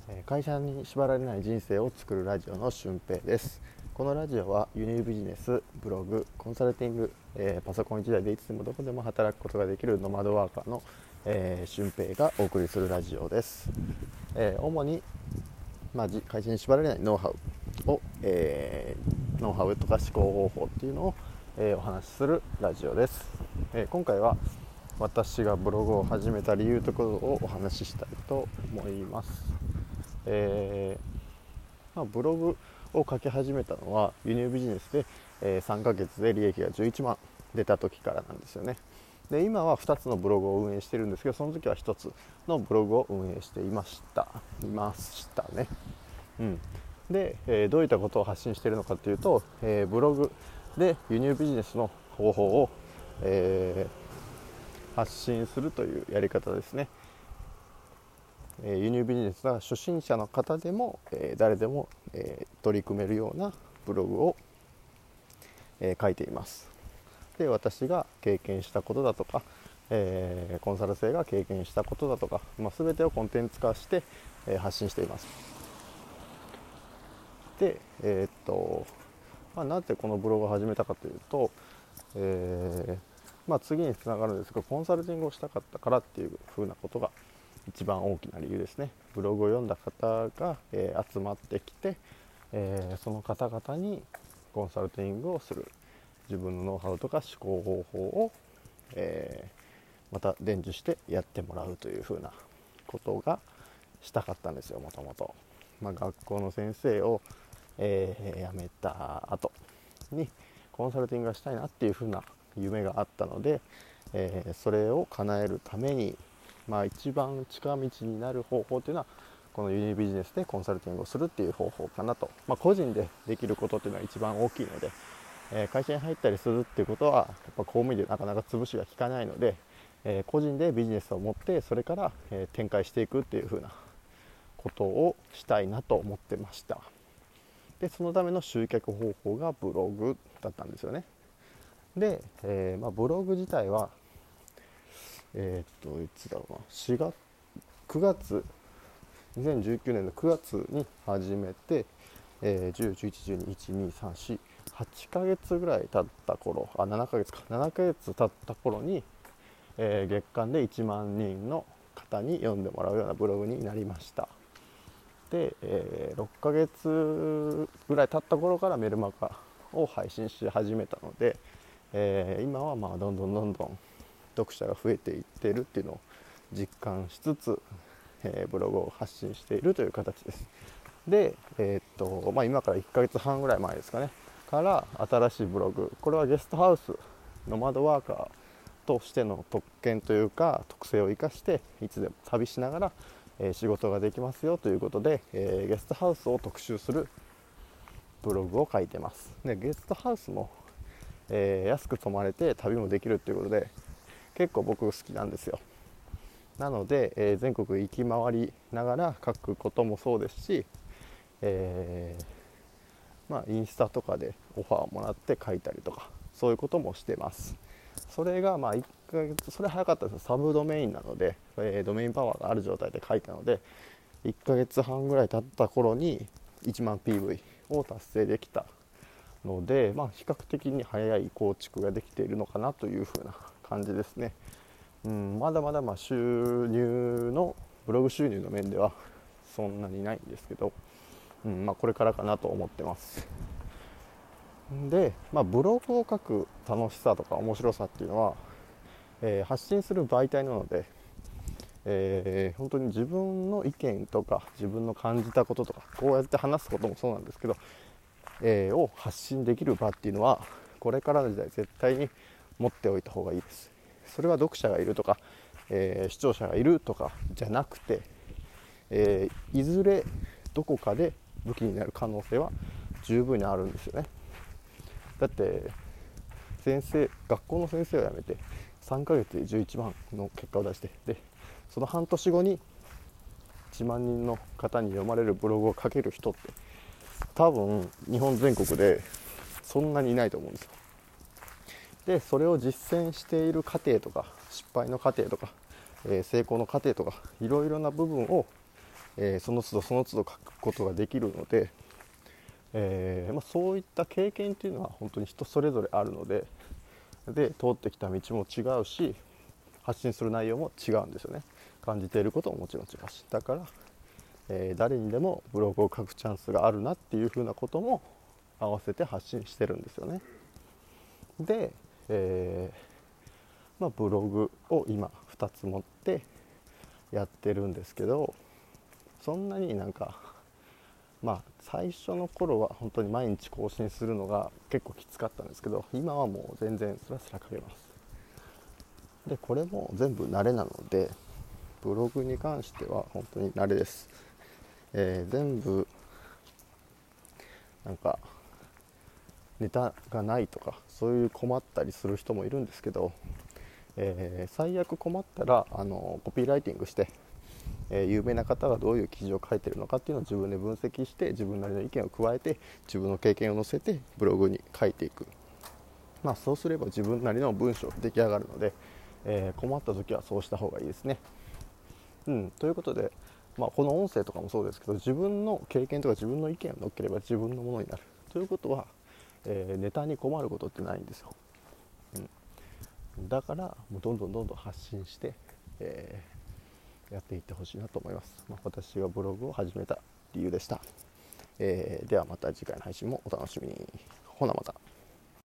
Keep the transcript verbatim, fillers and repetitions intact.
会社に縛られない人生を作るラジオの俊平です。このラジオは輸入ビジネス、ブログ、コンサルティング、えー、パソコン一台でいつでもどこでも働くことができるノマドワーカーの、えー、俊平がお送りするラジオです。えー、主に、まあ、会社に縛られないノウハウを、えー、ノウハウとか思考方法っていうのを、えー、お話しするラジオです。えー、今回は私がブログを始めた理由ということをお話ししたいと思います。えーまあ、ブログを書き始めたのは輸入ビジネスで、えー、さんかげつで利益がじゅういちまん出た時からなんですよね。で今はふたつのブログを運営しているんですけど、その時はひとつのブログを運営していましたいましたね、うん、で、えー、どういったことを発信しているのかというと、えー、ブログで輸入ビジネスの方法を、えー、発信するというやり方ですね。輸入ビジネスは初心者の方でも、えー、誰でも、えー、取り組めるようなブログを、えー、書いています。で私が経験したことだとか、えー、コンサル生が経験したことだとか、まあ、全てをコンテンツ化して、えー、発信しています。で、えーっとまあ、なぜこのブログを始めたかというと、えーまあ、次につながるんですが、コンサルティングをしたかったからっていうふうなことが一番大きな理由ですね。ブログを読んだ方が、えー、集まってきて、えー、その方々にコンサルティングをする、自分のノウハウとか思考方法を、えー、また伝授してやってもらうというふうなことがしたかったんですよ。もともと、まあ、学校の先生を、えー、辞めた後にコンサルティングがしたいなっていうふうな夢があったので、えー、それを叶えるために、まあ、一番近道になる方法というのはこの輸入ビジネスでコンサルティングをするっていう方法かなと、まあ、個人でできることっていうのは一番大きいので、えー、会社に入ったりするっていうことはやっぱ公務員でなかなか潰しが効かないので、えー、個人でビジネスを持ってそれから、えー、展開していくっていう風なことをしたいなと思ってました。でそのための集客方法がブログだったんですよね。で、えーまあ、ブログ自体はえー、っといつだろうなしがつくがつにせんじゅうきゅうねんのくがつに始めて、えー、じゅう、じゅういち、じゅうに、いち、に、さん、よん、はちかげつぐらい経った頃、あななかげつかななかげつ経った頃に、えー、月間でいちまんにんの方に読んでもらうようなブログになりました。で、えー、ろっかげつぐらい経った頃からメルマガを配信し始めたので、えー、今はまあどんどんどんどん読者が増えていっているっていうのを実感しつつ、えー、ブログを発信しているという形です。で、えーっとまあ、今からいっかげつはんぐらい前ですかねから新しいブログ、これはゲストハウスノマドワーカーとしての特権というか特性を生かしていつでも旅しながら、えー、仕事ができますよということで、えー、ゲストハウスを特集するブログを書いてます。でゲストハウスも、えー、安く泊まれて旅もできるということで結構僕好きなんですよ。なので、えー、全国行き回りながら書くこともそうですし、えーまあ、インスタとかでオファーをもらって書いたりとかそういうこともしてます。それがまあいっかげつ、それ早かったです。サブドメインなので、えー、ドメインパワーがある状態で書いたのでいっかげつはんぐらい経った頃にいちまん ピーブイ を達成できたので、まあ、比較的に早い構築ができているのかなというふうな感じですね。うん、まだまだまあ収入のブログ収入の面ではそんなにないんですけど、うんまあ、これからかなと思ってます。で、まあ、ブログを書く楽しさとか面白さっていうのは、えー、発信する媒体なので、えー、本当に自分の意見とか自分の感じたこととかこうやって話すこともそうなんですけど、えー、を発信できる場っていうのはこれからの時代絶対に持っておいた方がいいです。それは読者がいるとか、えー、視聴者がいるとかじゃなくて、えー、いずれどこかで武器になる可能性は十分にあるんですよね。だって先生学校の先生を辞めてさんかげつでじゅういちまんの結果を出して、でその半年後にいちまんにんの方に読まれるブログを書ける人って多分日本全国でそんなにいないと思うんですよ。でそれを実践している過程とか失敗の過程とか、えー、成功の過程とかいろいろな部分をえー、その都度その都度書くことができるので、えーまあ、そういった経験っていうのは本当に人それぞれあるので、で通ってきた道も違うし、発信する内容も違うんですよね。感じていることももちろん違うし、だから、えー、誰にでもブログを書くチャンスがあるなっていうふうなことも合わせて発信してるんですよね。で、えーまあ、ブログを今ふたつ持ってやってるんですけど、そんなになんかまあ最初の頃は本当に毎日更新するのが結構きつかったんですけど、今はもう全然スラスラ書けます。でこれも全部慣れなので、ブログに関しては本当に慣れです。えー、全部なんかネタがないとかそういう困ったりする人もいるんですけど、えー、最悪困ったらあのコピーライティングして、えー、有名な方がどういう記事を書いているのかっていうのを自分で分析して、自分なりの意見を加えて自分の経験を載せてブログに書いていく。まあそうすれば自分なりの文章が出来上がるので、えー、困った時はそうした方がいいですね。うん、ということで、まあ、この音声とかもそうですけど、自分の経験とか自分の意見を乗っければ自分のものになるということは、えー、ネタに困ることってないんですよ。うん、だからもうどんどんどんどん発信して、えー、やっていってほしいなと思います。まあ、私がブログを始めた理由でした。えー、ではまた次回の配信もお楽しみに。ほなまた。